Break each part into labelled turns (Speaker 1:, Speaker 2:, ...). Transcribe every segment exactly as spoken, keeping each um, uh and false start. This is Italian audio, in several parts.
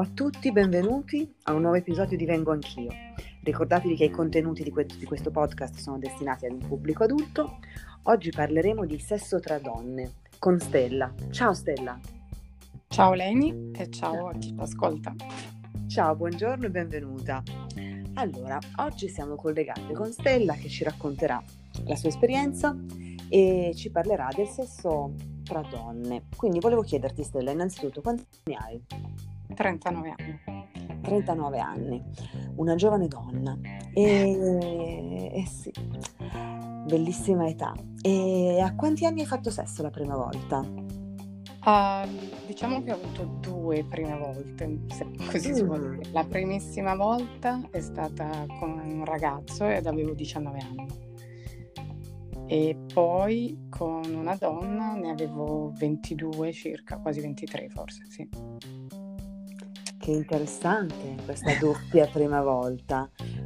Speaker 1: Ciao a tutti, benvenuti a un nuovo episodio di Vengo Anch'io. Ricordatevi che i contenuti di, que- di questo podcast sono destinati ad un pubblico adulto. Oggi parleremo di sesso tra donne con Stella. Ciao Stella.
Speaker 2: Ciao Leni e ciao a chi ti ascolta.
Speaker 1: Ciao, buongiorno e benvenuta. Allora, oggi siamo collegate con Stella che ci racconterà la sua esperienza e ci parlerà del sesso tra donne. Quindi volevo chiederti, Stella, innanzitutto quanti anni hai?
Speaker 2: trentanove anni.
Speaker 1: trentanove anni, una giovane donna e, e sì, bellissima età. E a quanti anni hai fatto sesso la prima volta?
Speaker 2: Uh, diciamo che ho avuto due prime volte, se così si può
Speaker 1: Mm.
Speaker 2: dire. La primissima volta è stata con un ragazzo ed avevo diciannove anni. E poi con una donna ne avevo ventidue circa, quasi ventitré forse, sì.
Speaker 1: Che interessante questa doppia prima volta.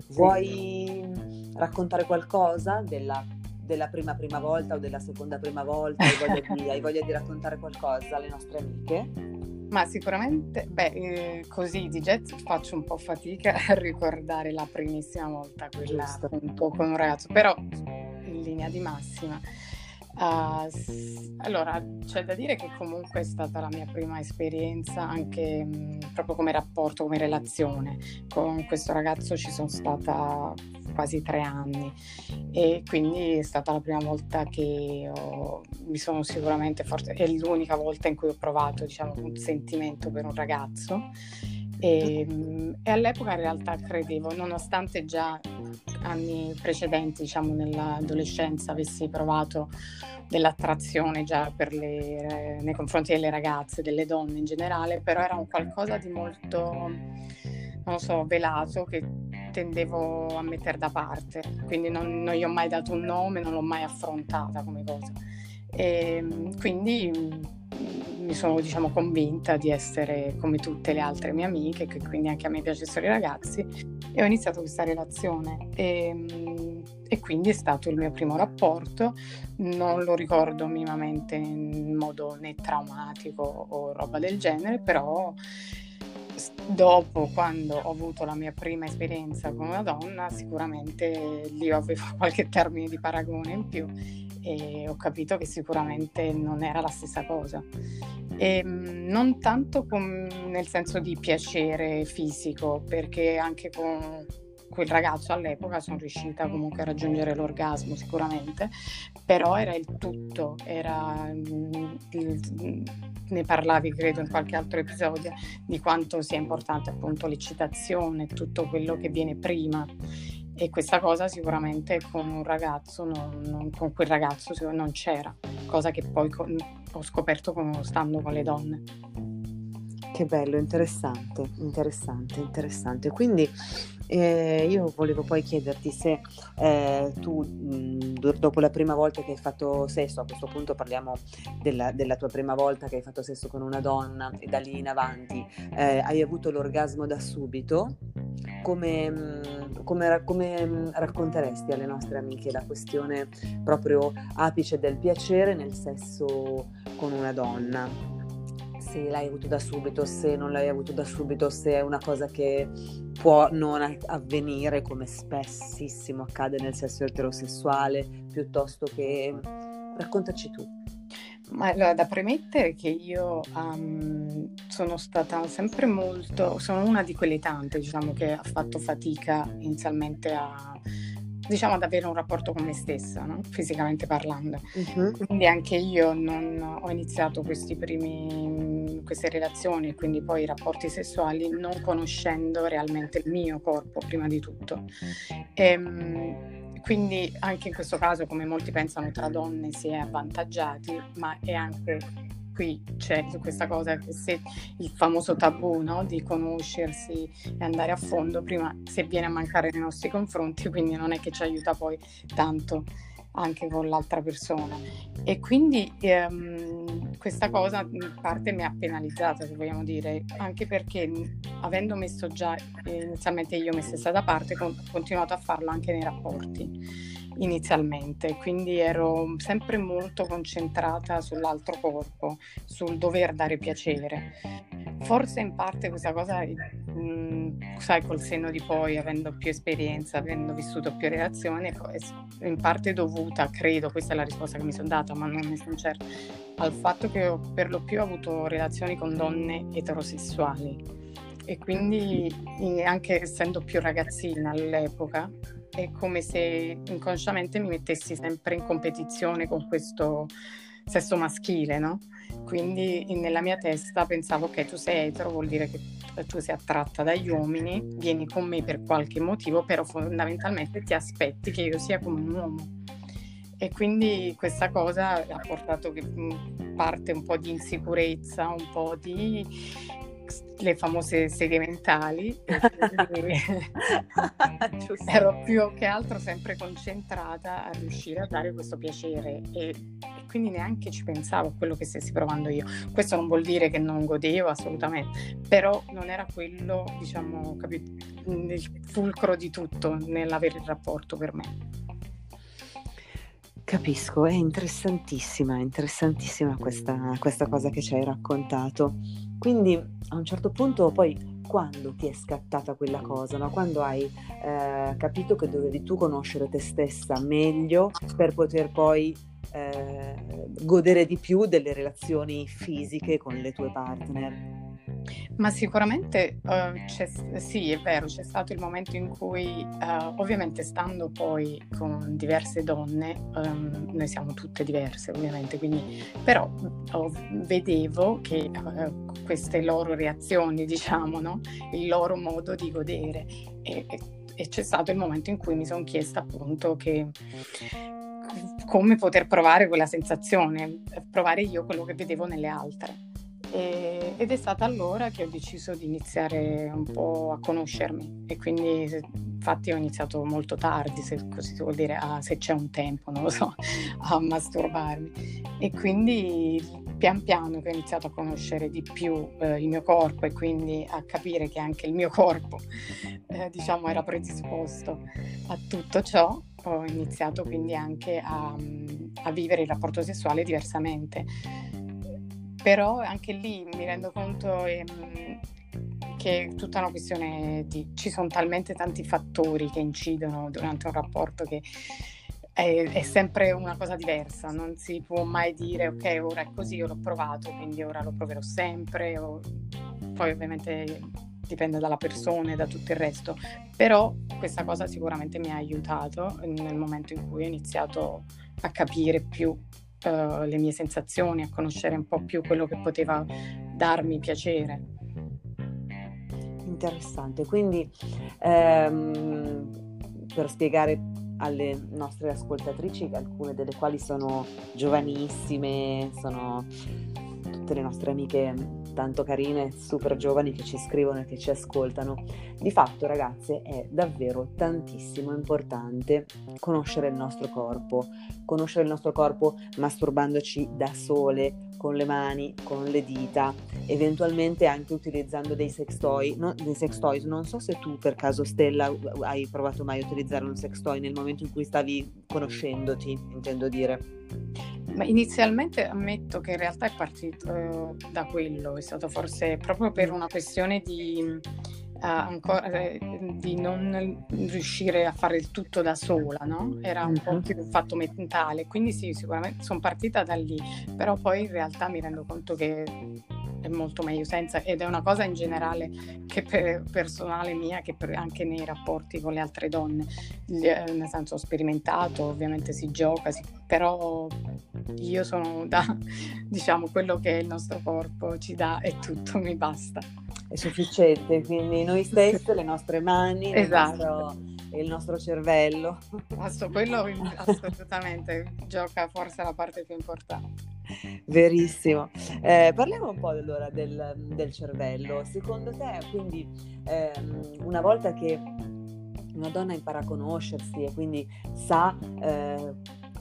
Speaker 1: Vuoi raccontare qualcosa della, della prima prima volta o della seconda prima volta? Hai voglia di, hai voglia di raccontare qualcosa alle nostre amiche?
Speaker 2: Ma sicuramente, beh, eh, così di jet faccio un po' fatica a ricordare la primissima volta, quella
Speaker 1: Giusto.
Speaker 2: appunto con un ragazzo, però in linea di massima. Uh, s- allora, c'è da dire che comunque è stata la mia prima esperienza anche mh, proprio come rapporto, come relazione. Con questo ragazzo ci sono stata quasi tre anni e quindi è stata la prima volta che ho, mi sono sicuramente forse, è l'unica volta in cui ho provato, diciamo, un sentimento per un ragazzo. E, mh, e all'epoca in realtà credevo, nonostante già anni precedenti, diciamo nell'adolescenza, avessi provato dell'attrazione già per le, nei confronti delle ragazze, delle donne in generale, però era un qualcosa di molto, non lo so, velato, che tendevo a mettere da parte, quindi non, non gli ho mai dato un nome, non l'ho mai affrontata come cosa. E quindi mi sono, diciamo, convinta di essere come tutte le altre mie amiche, che quindi anche a me piacessero i ragazzi, e ho iniziato questa relazione e, e quindi è stato il mio primo rapporto. Non lo ricordo minimamente in modo né traumatico o roba del genere, però dopo, quando ho avuto la mia prima esperienza con una donna, sicuramente lì avevo qualche termine di paragone in più e ho capito che sicuramente non era la stessa cosa. E non tanto con, nel senso di piacere fisico, perché anche con quel ragazzo all'epoca sono riuscita comunque a raggiungere l'orgasmo sicuramente, però era il tutto, era il, ne parlavi credo in qualche altro episodio di quanto sia importante appunto l'eccitazione, tutto quello che viene prima, e questa cosa sicuramente con un ragazzo non, non, con quel ragazzo non c'era, cosa che poi con, ho scoperto con, stando con le donne.
Speaker 1: Che bello, interessante, interessante, interessante. Quindi eh, io volevo poi chiederti se eh, tu mh, dopo la prima volta che hai fatto sesso, a questo punto parliamo della, della tua prima volta che hai fatto sesso con una donna e da lì in avanti, eh, hai avuto l'orgasmo da subito? Come, mh, come, come mh, racconteresti alle nostre amiche la questione proprio apice del piacere nel sesso con una donna? Se l'hai avuto da subito, se non l'hai avuto da subito, se è una cosa che può non avvenire come spessissimo accade nel sesso eterosessuale, piuttosto che... Raccontaci tu.
Speaker 2: Ma allora, da premettere che io um, sono stata sempre molto, sono una di quelle tante, diciamo, che ha fatto fatica inizialmente a, diciamo, ad avere un rapporto con me stessa, no? Fisicamente parlando. Uh-huh. Quindi anche io non ho iniziato questi primi, queste relazioni, quindi poi i rapporti sessuali, non conoscendo realmente il mio corpo prima di tutto. E, quindi anche in questo caso, come molti pensano, tra donne si è avvantaggiati, ma è anche qui c'è questa cosa, che se il famoso tabù, no, di conoscersi e andare a fondo prima, se viene a mancare nei nostri confronti, quindi non è che ci aiuta poi tanto anche con l'altra persona. E quindi ehm, questa cosa in parte mi ha penalizzata, se vogliamo dire, anche perché avendo messo già eh, inizialmente io me stessa da parte, ho continuato a farlo anche nei rapporti. inizialmente, quindi ero sempre molto concentrata sull'altro corpo, sul dover dare piacere. Forse in parte questa cosa, mh, sai, col senno di poi, avendo più esperienza, avendo vissuto più relazioni, ecco, è s- in parte dovuta, credo, questa è la risposta che mi sono data, ma non ne sono certa, al fatto che ho per lo più avuto relazioni con donne eterosessuali e quindi eh, anche essendo più ragazzina all'epoca è come se inconsciamente mi mettessi sempre in competizione con questo sesso maschile, no? Quindi nella mia testa pensavo che tu sei etero, vuol dire che tu sei attratta dagli uomini, vieni con me per qualche motivo, però fondamentalmente ti aspetti che io sia come un uomo. E quindi questa cosa ha portato che mh, parte un po' di insicurezza, un po' di le famose seghe mentali e quindi
Speaker 1: Giusto.
Speaker 2: ero più che altro sempre concentrata a riuscire a dare questo piacere e, e quindi neanche ci pensavo a quello che stessi provando io. Questo non vuol dire che non godevo assolutamente, però non era quello, diciamo, capito, il fulcro di tutto nell'avere il rapporto per me.
Speaker 1: Capisco, è interessantissima, interessantissima questa, questa cosa che ci hai raccontato. Quindi a un certo punto poi quando ti è scattata quella cosa, no? Quando hai eh, capito che dovevi tu conoscere te stessa meglio per poter poi eh, godere di più delle relazioni fisiche con le tue partner?
Speaker 2: Ma sicuramente uh, c'è, sì, è vero, c'è stato il momento in cui, uh, ovviamente stando poi con diverse donne, um, noi siamo tutte diverse ovviamente, quindi, però oh, vedevo che uh, queste loro reazioni, diciamo, no? Il loro modo di godere e, e, e c'è stato il momento in cui mi sono chiesta appunto che come poter provare quella sensazione, provare io quello che vedevo nelle altre. E, ed è stata allora che ho deciso di iniziare un po' a conoscermi e quindi infatti ho iniziato molto tardi, se così si vuol dire, a, se c'è un tempo, non lo so, a masturbarmi e quindi pian piano che ho iniziato a conoscere di più eh, il mio corpo e quindi a capire che anche il mio corpo eh, diciamo era predisposto a tutto ciò, ho iniziato quindi anche a, a vivere il rapporto sessuale diversamente. Però anche lì mi rendo conto ehm, che è tutta una questione di... ci sono talmente tanti fattori che incidono durante un rapporto che è, è sempre una cosa diversa, non si può mai dire ok, ora è così, io l'ho provato, quindi ora lo proverò sempre, o... poi ovviamente dipende dalla persona e da tutto il resto, però questa cosa sicuramente mi ha aiutato nel momento in cui ho iniziato a capire più Uh, le mie sensazioni, a conoscere un po' più quello che poteva darmi piacere.
Speaker 1: Interessante, quindi ehm, per spiegare alle nostre ascoltatrici, alcune delle quali sono giovanissime, sono tutte le nostre amiche tanto carine, super giovani che ci scrivono e che ci ascoltano. Di fatto, ragazze, è davvero tantissimo importante conoscere il nostro corpo, conoscere il nostro corpo masturbandoci da sole, con le mani, con le dita, eventualmente anche utilizzando dei sex toy, no, dei sex toys. Non so se tu per caso, Stella, hai provato mai a utilizzare un sex toy nel momento in cui stavi conoscendoti, intendo dire.
Speaker 2: Ma inizialmente ammetto che in realtà è partito eh, da quello, è stato forse proprio per una questione di, uh, ancora, eh, di non riuscire a fare il tutto da sola, no? Era un po' più un fatto mentale, quindi sì, sicuramente sono partita da lì, però poi in realtà mi rendo conto che è molto meglio senza, ed è una cosa in generale che per personale mia, che per, anche nei rapporti con le altre donne, nel senso ho sperimentato, ovviamente si gioca, si, però io sono da, diciamo, quello che il nostro corpo ci dà e tutto mi basta.
Speaker 1: È sufficiente, quindi noi stesse, le nostre mani,
Speaker 2: esatto.
Speaker 1: il, nostro, il nostro cervello.
Speaker 2: Questo, quello assolutamente gioca forse la parte più importante.
Speaker 1: Verissimo. Eh, parliamo un po' allora del, del cervello. Secondo te, quindi, ehm, una volta che una donna impara a conoscersi e quindi sa eh,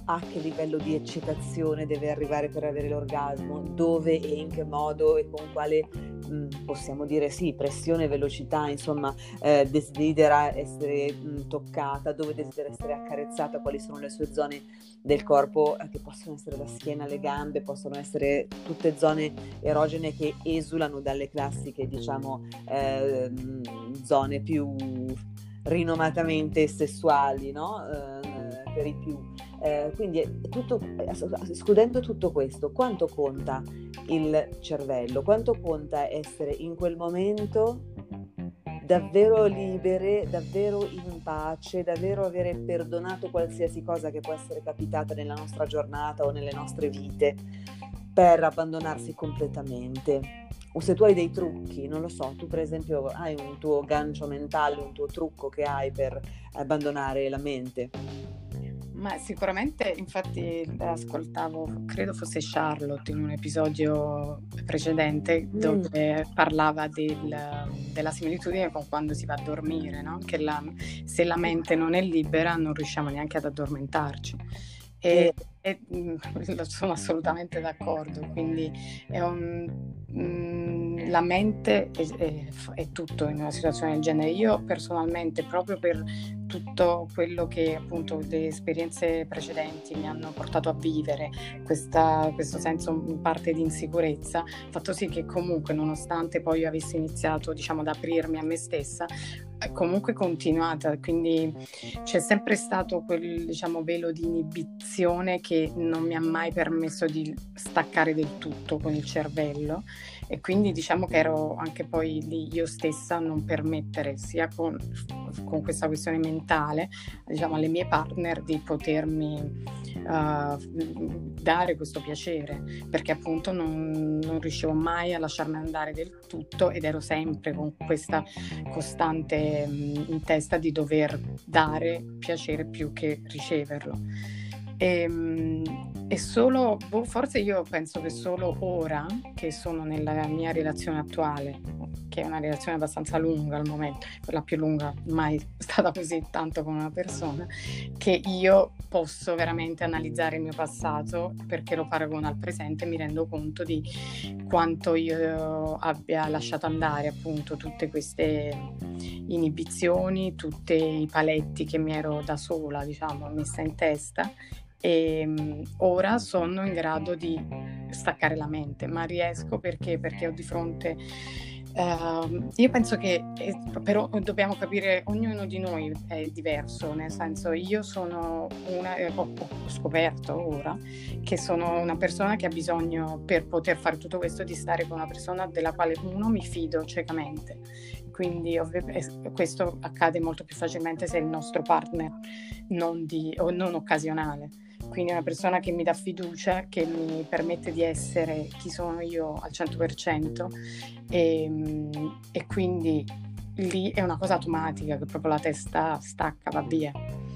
Speaker 1: a che livello di eccitazione deve arrivare per avere l'orgasmo, dove e in che modo e con quale, mh, possiamo dire sì, pressione, velocità, insomma, eh, desidera essere mh, toccata, dove desidera essere accarezzata, quali sono le sue zone del corpo, eh, che possono essere la schiena, le gambe, possono essere tutte zone erogene che esulano dalle classiche, diciamo, eh, zone più rinomatamente sessuali, no? Eh, per i più. Eh, quindi tutto, escludendo tutto questo, quanto conta il cervello? Quanto conta essere in quel momento davvero libere, davvero in pace, davvero avere perdonato qualsiasi cosa che può essere capitata nella nostra giornata o nelle nostre vite, per abbandonarsi completamente? O se tu hai dei trucchi, non lo so, tu per esempio hai un tuo gancio mentale, un tuo trucco che hai per abbandonare la mente?
Speaker 2: Ma sicuramente, infatti ascoltavo, credo fosse Charlotte in un episodio precedente
Speaker 1: Mm.
Speaker 2: dove parlava del- della similitudine con quando si va a dormire, no? Che la- se la mente non è libera non riusciamo neanche ad addormentarci. E, e, mm, sono assolutamente d'accordo, quindi è un, mm, la mente è, è- è tutto in una situazione del genere. Io personalmente, proprio per tutto quello che appunto le esperienze precedenti mi hanno portato a vivere, questa, questo senso in parte di insicurezza, ha fatto sì che comunque, nonostante poi io avessi iniziato, diciamo, ad aprirmi a me stessa, è comunque continuata, quindi c'è sempre stato quel, diciamo, velo di inibizione che non mi ha mai permesso di staccare del tutto con il cervello, e quindi diciamo che ero anche poi lì io stessa a non permettere, sia con, con questa questione mentale, diciamo, alle mie partner di potermi uh, dare questo piacere, perché appunto non, non riuscivo mai a lasciarmi andare del tutto ed ero sempre con questa costante mh, in testa di dover dare piacere più che riceverlo. E, mh, e solo, boh, forse io penso che solo ora che sono nella mia relazione attuale, che è una relazione abbastanza lunga al momento, la più lunga mai stata così tanto con una persona, che io posso veramente analizzare il mio passato, perché lo paragono al presente e mi rendo conto di quanto io abbia lasciato andare appunto tutte queste inibizioni, tutti i paletti che mi ero da sola, diciamo, messa in testa. E um, ora sono in grado di staccare la mente, ma riesco perché? Perché ho di fronte Uh, io penso che eh, però dobbiamo capire, ognuno di noi è diverso, nel senso, io sono una, eh, ho, ho scoperto ora che sono una persona che ha bisogno, per poter fare tutto questo, di stare con una persona della quale uno mi fido ciecamente, quindi ovvi- questo accade molto più facilmente se il nostro partner non, di, o non occasionale. Quindi è una persona che mi dà fiducia, che mi permette di essere chi sono io al cento per cento, e, e quindi lì è una cosa automatica che proprio la testa stacca, va via.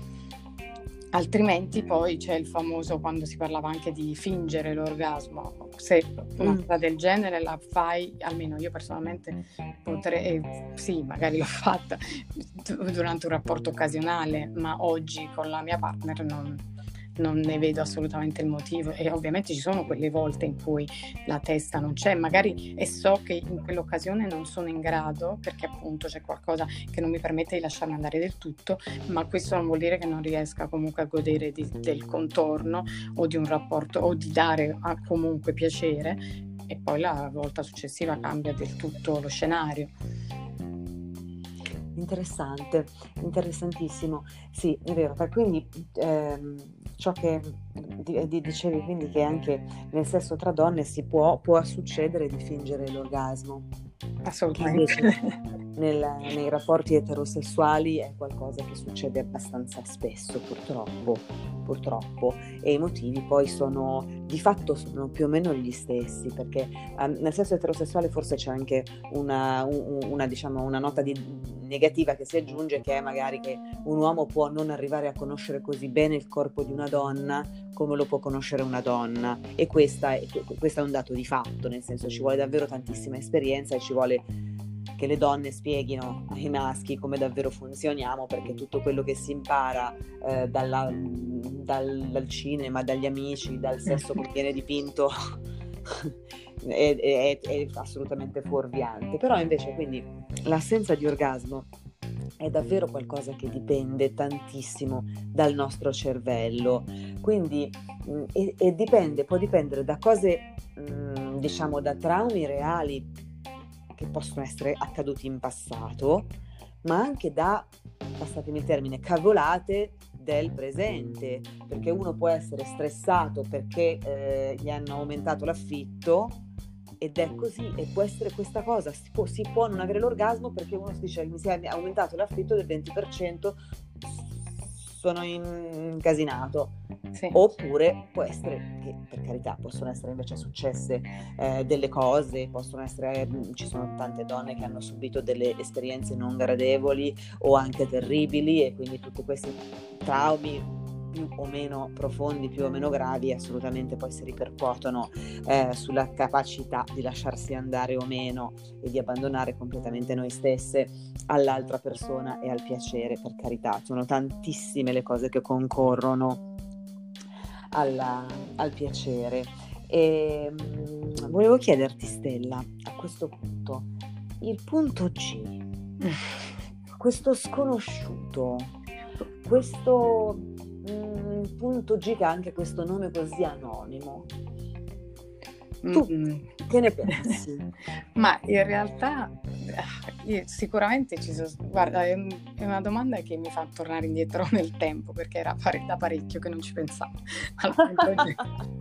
Speaker 2: Altrimenti poi c'è il famoso, quando si parlava anche di fingere l'orgasmo, se una cosa del genere la fai, almeno io personalmente potrei, eh, sì, magari l'ho fatta durante un rapporto occasionale, ma oggi con la mia partner non, non ne vedo assolutamente il motivo, e ovviamente ci sono quelle volte in cui la testa non c'è, magari, e so che in quell'occasione non sono in grado, perché appunto c'è qualcosa che non mi permette di lasciarmi andare del tutto, ma questo non vuol dire che non riesca comunque a godere di, del contorno o di un rapporto, o di dare a, comunque piacere, e poi la volta successiva cambia del tutto lo scenario.
Speaker 1: Interessante, interessantissimo. Sì, è vero, per quindi ehm, ciò che di, di dicevi, quindi che anche nel sesso tra donne si può, può succedere di fingere l'orgasmo.
Speaker 2: Assolutamente.
Speaker 1: Che invece nel, nei rapporti eterosessuali è qualcosa che succede abbastanza spesso, purtroppo, purtroppo, e i motivi poi sono, di fatto sono più o meno gli stessi, perché um, nel sesso eterosessuale forse c'è anche una, un, una, diciamo, una nota di negativa che si aggiunge, che è magari che un uomo può non arrivare a conoscere così bene il corpo di una donna come lo può conoscere una donna, e questa è, questo è un dato di fatto, nel senso ci vuole davvero tantissima esperienza e ci vuole che le donne spieghino ai maschi come davvero funzioniamo, perché tutto quello che si impara eh, dalla, dal, dal cinema, dagli amici, dal sesso che viene dipinto è, è, è assolutamente fuorviante. Però invece quindi l'assenza di orgasmo è davvero qualcosa che dipende tantissimo dal nostro cervello, quindi mh, e, e dipende, può dipendere da cose, mh, diciamo, da traumi reali che possono essere accaduti in passato, ma anche da, passatemi il termine, cavolate del presente, perché uno può essere stressato perché eh, gli hanno aumentato l'affitto, ed è così, e può essere questa cosa, si può, si può non avere l'orgasmo perché uno si dice mi si è aumentato l'affitto del venti per cento, sono incasinato. Sì. Oppure può essere che, per carità, possono essere invece successe eh, delle cose, possono essere, ci sono tante donne che hanno subito delle esperienze non gradevoli o anche terribili, e quindi tutti questi traumi più o meno profondi, più o meno gravi, assolutamente poi si ripercuotono eh, sulla capacità di lasciarsi andare o meno e di abbandonare completamente noi stesse all'altra persona e al piacere. Per carità, sono tantissime le cose che concorrono alla, al piacere. E mh, volevo chiederti, Stella, a questo punto, il punto G, questo sconosciuto, questo mh, punto G che ha anche questo nome così anonimo, tu mm. che ne pensi?
Speaker 2: Ma in realtà io sicuramente ci sono, guarda, è, un, è una domanda che mi fa tornare indietro nel tempo, perché era pare, da parecchio che non ci pensavo al punto G.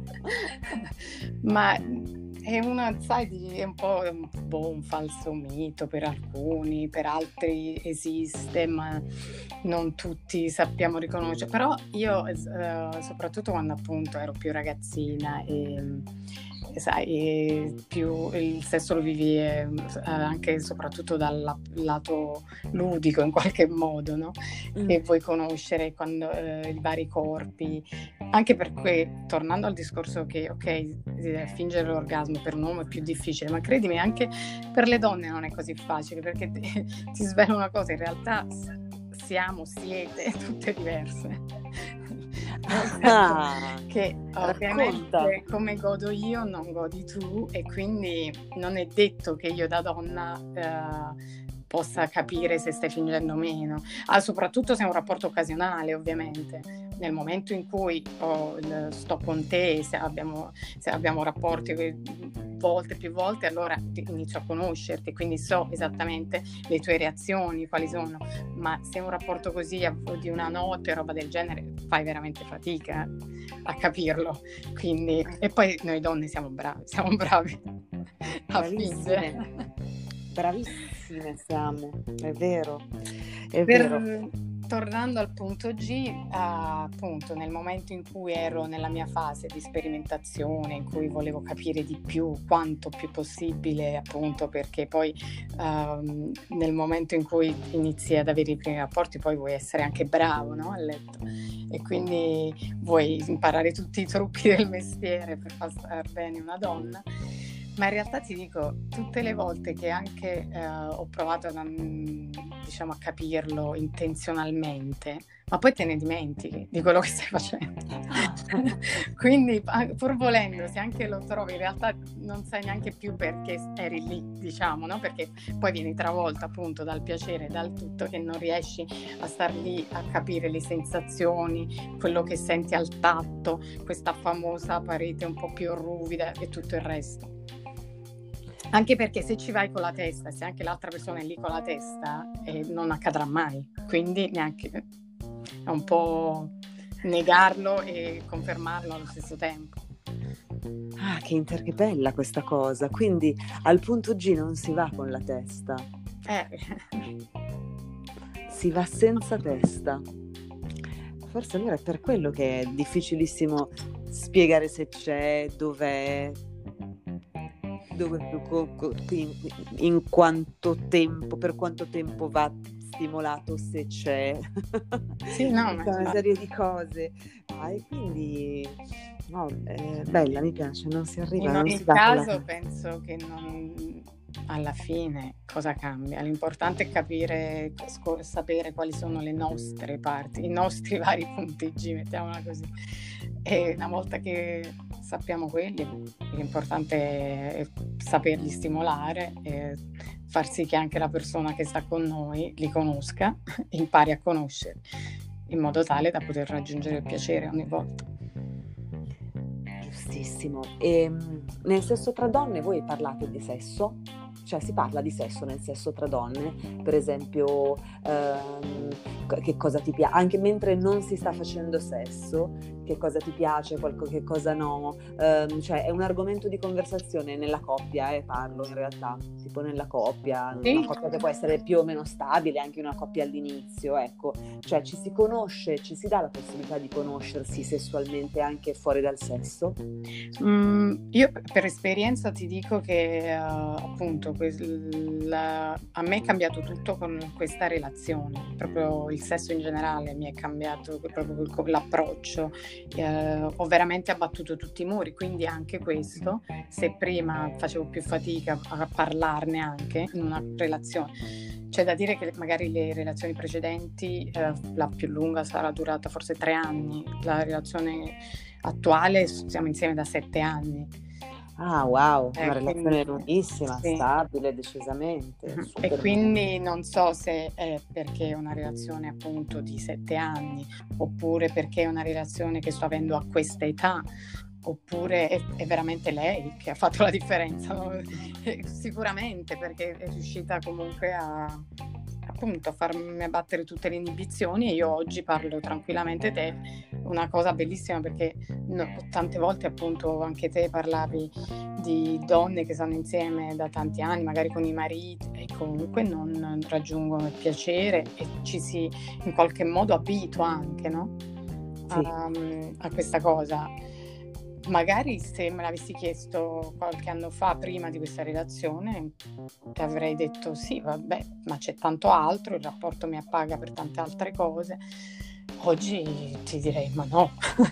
Speaker 2: Ma è una, sai, è un po' un, boh, un falso mito per alcuni, per altri esiste, ma non tutti sappiamo riconoscere. Però io, eh, soprattutto quando appunto ero più ragazzina e sai, più il sesso lo vivi eh, anche soprattutto dal lato ludico in qualche modo, no? Mm. E vuoi conoscere quando, eh, i vari corpi, anche per cui, tornando al discorso che ok, fingere l'orgasmo per un uomo è più difficile, ma credimi anche per le donne non è così facile, perché ti, ti svelo una cosa, in realtà siamo, siete tutte diverse.
Speaker 1: Ah,
Speaker 2: che ovviamente racconta. Come godo io non godi tu, e quindi non è detto che io da donna eh, possa capire se stai fingendo o meno, ah, soprattutto se è un rapporto occasionale. Ovviamente nel momento in cui oh, sto con te, se abbiamo, se abbiamo rapporti volte più volte, allora inizio a conoscerti, quindi so esattamente le tue reazioni quali sono. Ma se è un rapporto così di una notte, roba del genere, fai veramente fatica a capirlo. Quindi, e poi noi donne siamo bravi, siamo bravi a fingere.
Speaker 1: Bravissime siamo, è vero, è
Speaker 2: per,
Speaker 1: vero.
Speaker 2: Tornando al punto G, uh, appunto nel momento in cui ero nella mia fase di sperimentazione, in cui volevo capire di più, quanto più possibile, appunto perché poi uh, nel momento in cui inizi ad avere i primi rapporti poi vuoi essere anche bravo, no? A letto, e quindi vuoi imparare tutti i trucchi del mestiere per far star bene una donna. Ma in realtà ti dico, tutte le volte che anche eh, ho provato a, diciamo, a capirlo intenzionalmente, ma poi te ne dimentichi di quello che stai facendo. Quindi, pur volendo, se anche lo trovi, in realtà non sai neanche più perché eri lì, diciamo, no? Perché poi vieni travolta appunto dal piacere, dal tutto, che non riesci a star lì a capire le sensazioni, quello che senti al tatto, questa famosa parete un po' più ruvida e tutto il resto. Anche perché se ci vai con la testa, se anche l'altra persona è lì con la testa, eh, non accadrà mai. Quindi neanche è un po' negarlo e confermarlo allo stesso tempo.
Speaker 1: Ah, che, inter- che bella questa cosa. Quindi al punto G non si va con la testa.
Speaker 2: Eh.
Speaker 1: Si va senza testa. Forse allora è per quello che è difficilissimo spiegare se c'è, dov'è, dove, in, in quanto tempo, per quanto tempo va stimolato, se c'è.
Speaker 2: Sì, no, ma
Speaker 1: una serie di cose. Ah, e quindi no, è bella, mi piace, non si arriva.
Speaker 2: In
Speaker 1: non
Speaker 2: ogni
Speaker 1: si va
Speaker 2: caso
Speaker 1: la...
Speaker 2: penso che non, alla fine cosa cambia? L'importante è capire, sco- sapere quali sono le nostre parti, i nostri vari punti G, mettiamola così. E una volta che sappiamo quelli, l'importante è saperli stimolare e far sì che anche la persona che sta con noi li conosca, impari a conoscere, in modo tale da poter raggiungere il piacere ogni volta.
Speaker 1: Giustissimo. E mh, nel sesso tra donne voi parlate di sesso? Cioè si parla di sesso nel sesso tra donne? Per esempio, ehm, co- che cosa ti piace? Anche mentre non si sta facendo sesso, che cosa ti piace, qualco- che cosa no? Ehm, cioè è un argomento di conversazione nella coppia, eh, parlo in realtà, tipo nella coppia, una
Speaker 2: Sì,
Speaker 1: coppia che può essere più o meno stabile, anche una coppia all'inizio, ecco. Cioè ci si conosce, ci si dà la possibilità di conoscersi sessualmente anche fuori dal sesso?
Speaker 2: Mm, io p- per esperienza ti dico che eh, appunto quel- la- a me è cambiato tutto con questa relazione, proprio il sesso in generale mi è cambiato proprio con l'approccio, eh, ho veramente abbattuto tutti i muri, quindi anche questo, se prima facevo più fatica a parlarne anche in una relazione, c'è da dire che magari le relazioni precedenti, eh, la più lunga sarà durata forse tre anni, la relazione attuale siamo insieme da sette anni.
Speaker 1: Ah, wow, una
Speaker 2: Eh,
Speaker 1: relazione
Speaker 2: quindi,
Speaker 1: lunghissima,
Speaker 2: sì.
Speaker 1: stabile, decisamente,
Speaker 2: Mhm. E
Speaker 1: super.
Speaker 2: quindi non so se è perché è una relazione appunto di sette anni, oppure perché è una relazione che sto avendo a questa età, oppure è, è veramente lei che ha fatto la differenza, no? Sicuramente, perché è riuscita comunque a appunto a farmi abbattere tutte le inibizioni, e io oggi parlo tranquillamente te, una cosa bellissima, perché no, tante volte appunto anche te parlavi di donne che stanno insieme da tanti anni, magari con i mariti, e comunque non raggiungono il piacere e ci si in qualche modo abitua anche, no?
Speaker 1: Sì.
Speaker 2: A, a questa cosa. Magari se me l'avessi chiesto qualche anno fa, prima di questa relazione, ti avrei detto sì, vabbè, ma c'è tanto altro, il rapporto mi appaga per tante altre cose. Oggi ti direi ma no,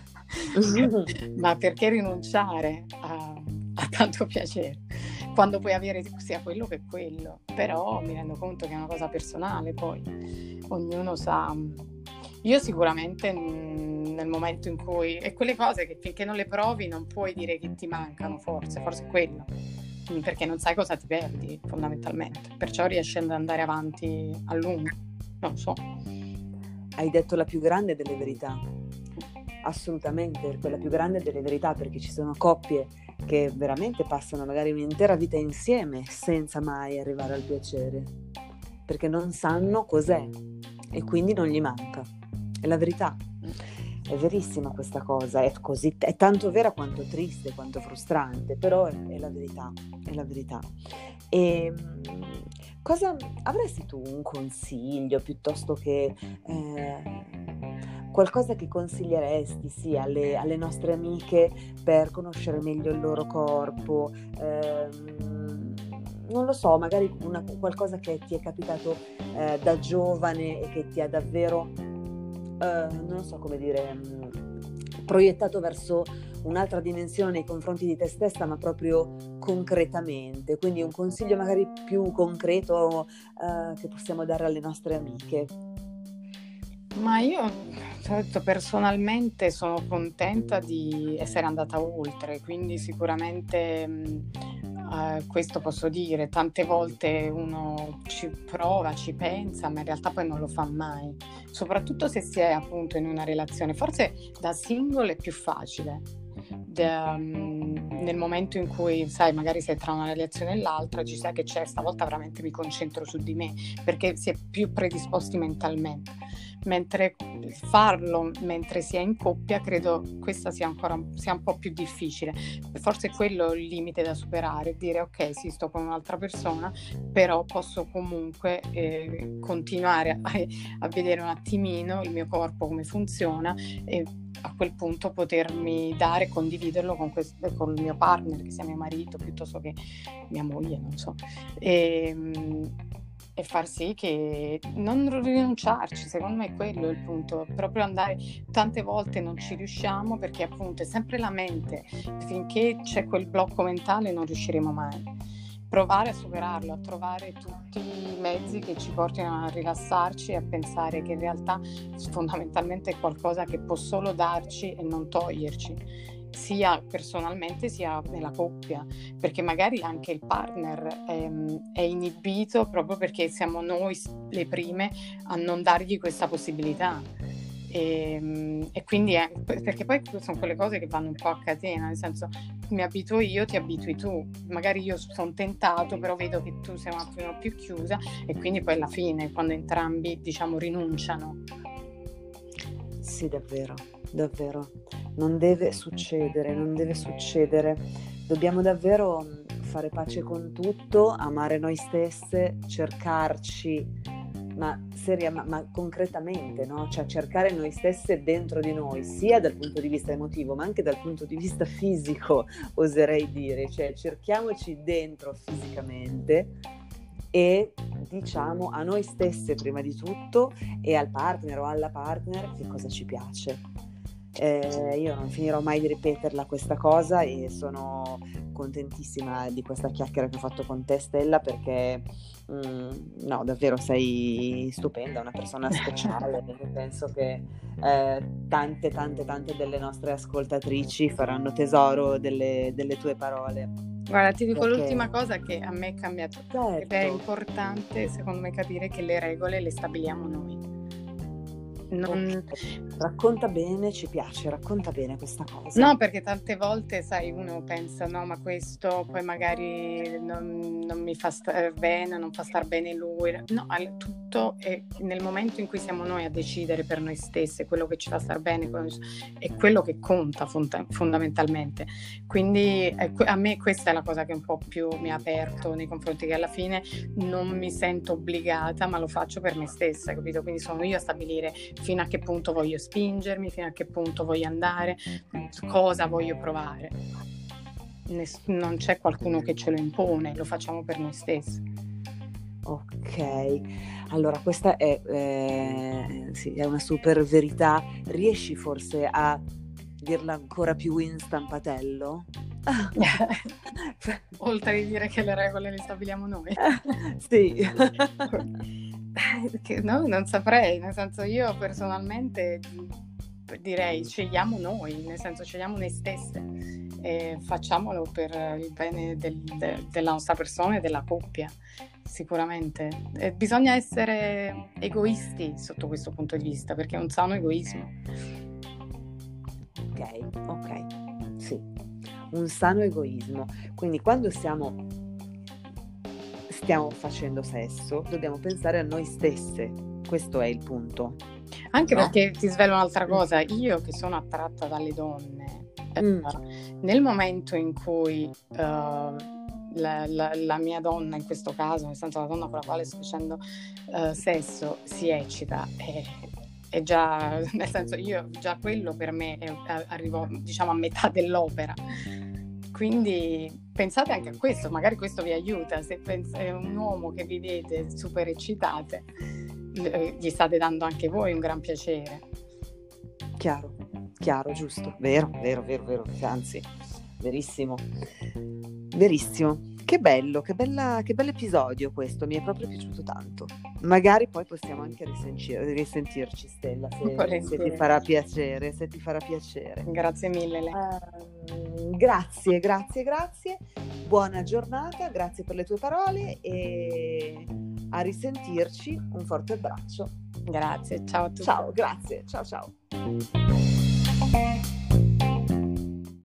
Speaker 2: ma perché rinunciare a, a tanto piacere quando puoi avere sia quello che quello? Però mi rendo conto che è una cosa personale, poi ognuno sa. Io sicuramente mh, nel momento in cui, e quelle cose che finché non le provi non puoi dire che ti mancano, forse, forse è quello, mh, perché non sai cosa ti perdi fondamentalmente, perciò riesci ad andare avanti a lungo, non so.
Speaker 1: Hai detto la più grande delle verità, assolutamente, quella più grande delle verità, perché ci sono coppie che veramente passano magari un'intera vita insieme senza mai arrivare al piacere, perché non sanno cos'è e quindi non gli manca. È la verità, è verissima questa cosa, è così, è tanto vera quanto triste, quanto frustrante, però è, è la verità, è la verità. E cosa avresti tu un consiglio piuttosto che eh, qualcosa che consiglieresti sì, alle, alle nostre amiche per conoscere meglio il loro corpo? Ehm, non lo so, magari una, qualcosa che ti è capitato eh, da giovane e che ti ha davvero, eh, non so come dire, mh, proiettato verso un'altra dimensione nei confronti di te stessa, ma proprio concretamente. Quindi un consiglio magari più concreto eh, che possiamo dare alle nostre amiche.
Speaker 2: Ma io detto, personalmente sono contenta di essere andata oltre, quindi sicuramente mh, eh, questo posso dire. Tante volte uno ci prova, ci pensa, ma in realtà poi non lo fa mai, soprattutto se si è appunto in una relazione. Forse da single è più facile. Da, um, nel momento in cui sai magari sei tra una relazione e l'altra, ci sai che c'è, stavolta veramente mi concentro su di me, perché si è più predisposti mentalmente, mentre farlo mentre si è in coppia credo questa sia ancora sia un po' più difficile. Forse è quello il limite da superare, dire ok, sì, sto con un'altra persona, però posso comunque eh, continuare a, a vedere un attimino il mio corpo come funziona, e a quel punto potermi dare, condividerlo con, questo, con il mio partner, che sia mio marito piuttosto che mia moglie, non so, e, e far sì che non rinunciarci. Secondo me è quello il punto, proprio andare. Tante volte non ci riusciamo perché appunto è sempre la mente, finché c'è quel blocco mentale non riusciremo mai. provare a superarlo, a trovare tutti i mezzi che ci portino a rilassarci e a pensare che in realtà fondamentalmente è qualcosa che può solo darci e non toglierci, sia personalmente sia nella coppia, perché magari anche il partner è, è inibito proprio perché siamo noi le prime a non dargli questa possibilità. E, e quindi è, perché poi sono quelle cose che vanno un po' a catena, nel senso, mi abituo io, ti abitui tu, magari io sono tentato però vedo che tu sei un attimo più chiusa e quindi poi alla fine quando entrambi diciamo rinunciano.
Speaker 1: Sì, davvero, davvero, non deve succedere, non deve succedere, dobbiamo davvero fare pace con tutto, amare noi stesse, cercarci, ma seria, ma, ma concretamente, no? Cioè cercare noi stesse dentro di noi, sia dal punto di vista emotivo, ma anche dal punto di vista fisico, oserei dire, cioè cerchiamoci dentro fisicamente e diciamo a noi stesse prima di tutto e al partner o alla partner che cosa ci piace. Eh, io non finirò mai di ripeterla questa cosa e sono contentissima di questa chiacchiera che ho fatto con te, Stella, perché mm, no, davvero sei stupenda, una persona speciale. Penso che eh, tante tante tante delle nostre ascoltatrici faranno tesoro delle, delle tue parole.
Speaker 2: Guarda, ti dico
Speaker 1: Perché...
Speaker 2: l'ultima cosa che a me è cambiato,
Speaker 1: certo.
Speaker 2: ed è importante secondo me capire che le regole le stabiliamo noi. Non...
Speaker 1: Racconta bene, ci piace, racconta bene questa cosa.
Speaker 2: No, perché tante volte, sai, uno pensa, no, ma questo poi magari non, non mi fa stare bene, non fa star bene lui. No, tutto è nel momento in cui siamo noi a decidere per noi stesse quello che ci fa star bene, è quello che conta fond- fondamentalmente. Quindi a me questa è la cosa che un po' più mi ha aperto nei confronti, che alla fine non mi sento obbligata, ma lo faccio per me stessa, capito? Quindi sono io a stabilire fino a che punto voglio spingermi, fino a che punto voglio andare, cosa voglio provare. Ness- non c'è qualcuno che ce lo impone, lo facciamo per noi stessi.
Speaker 1: Ok, allora questa è, eh, sì, è una super verità. Riesci forse a dirla ancora più in stampatello?
Speaker 2: Oltre a dire che le regole le stabiliamo noi.
Speaker 1: Sì.
Speaker 2: Che no, non saprei, nel senso, io personalmente direi scegliamo noi, nel senso scegliamo noi stesse e facciamolo per il bene del, de, della nostra persona e della coppia, sicuramente. E bisogna essere egoisti sotto questo punto di vista, perché è un sano egoismo.
Speaker 1: Ok, ok, sì, un sano egoismo. Quindi quando siamo stiamo facendo sesso, dobbiamo pensare a noi stesse, questo è il punto.
Speaker 2: Anche
Speaker 1: no?
Speaker 2: Perché ti svelo un'altra cosa, io che sono attratta dalle donne, mm. eh, nel momento in cui uh, la, la, la mia donna, in questo caso, nel senso la donna con la quale sto facendo uh, sesso, si eccita, è, è già, nel senso io già quello per me è, arrivo diciamo a metà dell'opera. Quindi pensate anche a questo, magari questo vi aiuta, se è un uomo che vi vede super eccitate, gli state dando anche voi un gran piacere.
Speaker 1: Chiaro, chiaro, giusto, vero, vero, vero, vero, anzi, verissimo, verissimo. Che bello, che bella, che bell'episodio questo, mi è proprio piaciuto tanto. Magari poi possiamo anche risentir- risentirci, Stella, se, se ti farà piacere, se ti farà piacere.
Speaker 2: Grazie mille.
Speaker 1: Uh, grazie, grazie, grazie. Buona giornata, grazie per le tue parole e a risentirci. Un forte abbraccio.
Speaker 2: Grazie, ciao a tutti.
Speaker 1: Ciao, grazie, ciao ciao.